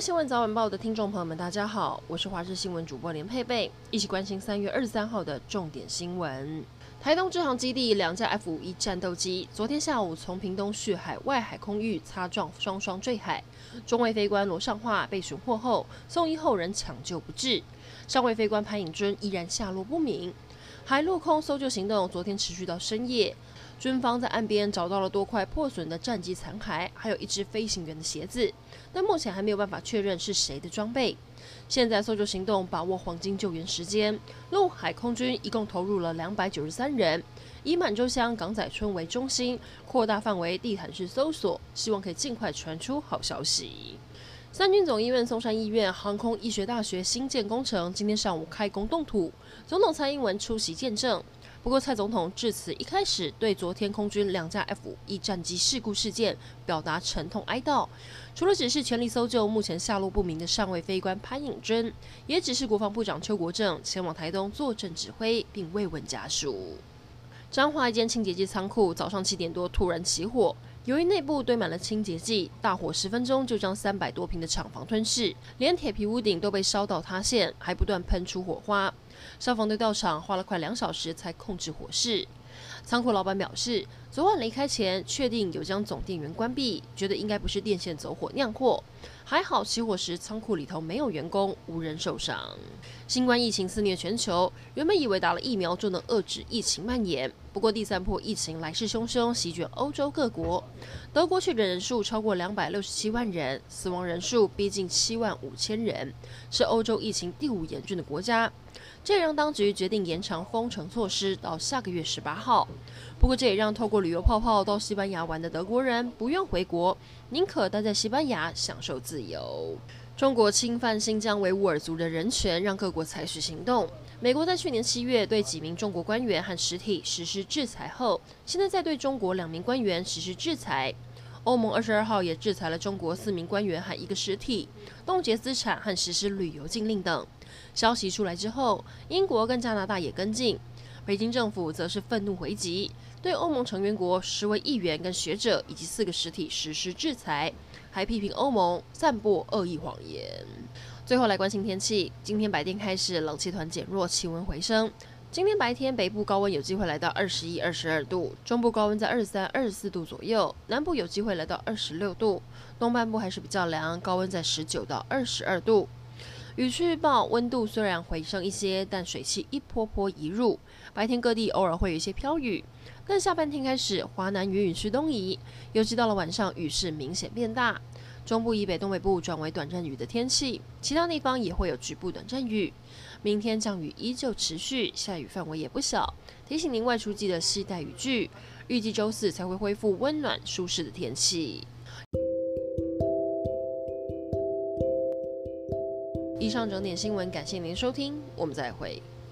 新闻早晚报的听众朋友们，大家好，我是华视新闻主播连佩佩，一起关心3月23号的重点新闻。台东支航基地2架 F-51战斗机昨天下午从屏东旭海外海空域擦撞，双双坠海。中尉飞官罗尚化被寻获后，送医后人抢救不治，上尉飞官潘颖尊依然下落不明。海陆空搜救行动昨天持续到深夜。军方在岸边找到了多块破损的战机残骸，还有一只飞行员的鞋子，但目前还没有办法确认是谁的装备。现在搜救行动把握黄金救援时间，陆海空军一共投入了293人，以满洲乡港仔村为中心，扩大范围地毯式搜索，希望可以尽快传出好消息。三军总医院松山医院航空医学大学新建工程今天上午开工动土，总统蔡英文出席见证。不过，蔡总统致辞一开始对昨天空军2架 F-51战机事故事件表达沉痛哀悼，除了指示全力搜救目前下落不明的上尉飞官潘颖珍，也指示国防部长邱国正前往台东坐镇指挥，并慰问家属。彰化一间清洁剂仓库早上7点多突然起火，由于内部堆满了清洁剂，大火10分钟就将300多坪的厂房吞噬，连铁皮屋顶都被烧到塌陷，还不断喷出火花。消防队到场花了快2小时才控制火势。仓库老板表示，昨晚离开前确定有将总电源关闭，觉得应该不是电线走火酿祸。还好起火时仓库里头没有员工，无人受伤。新冠疫情肆虐全球，原本以为打了疫苗就能遏制疫情蔓延，不过第3波疫情来势汹汹，席卷欧洲各国。德国确诊人数超过267万人，死亡人数逼近7万5千人，是欧洲疫情第5严峻的国家。这也让当局决定延长封城措施到下个月18号。不过，这也让透过旅游泡泡到西班牙玩的德国人不愿回国，宁可待在西班牙享受自由。中国侵犯新疆维吾尔族的人权，让各国采取行动。美国在去年7月对几名中国官员和实体实施制裁后，现在再对中国2名官员实施制裁。欧盟22号也制裁了中国4名官员和1个实体，冻结资产和实施旅游禁令等。消息出来之后，英国跟加拿大也跟进。北京政府则是愤怒回击，对欧盟成员国10位议员跟学者以及4个实体实施制裁，还批评欧盟散播恶意谎言。最后来关心天气，今天白天开始冷气团减弱，气温回升。今天白天北部高温有机会来到21、22度，中部高温在23、24度左右，南部有机会来到26度，东半部还是比较凉，高温在19到22度。雨区预报，温度虽然回升一些，但水汽一波波移入，白天各地偶尔会有一些飘雨，但下半天开始华南云雨区东移，尤其到了晚上雨势明显变大，中部以北、东北部转为短暂雨的天气，其他地方也会有局部短暂雨。明天降雨依旧持续，下雨范围也不小，提醒您外出记得携带雨具。预计周4才会恢复温暖舒适的天气。以上整点新闻，感谢您的收听，我们再会。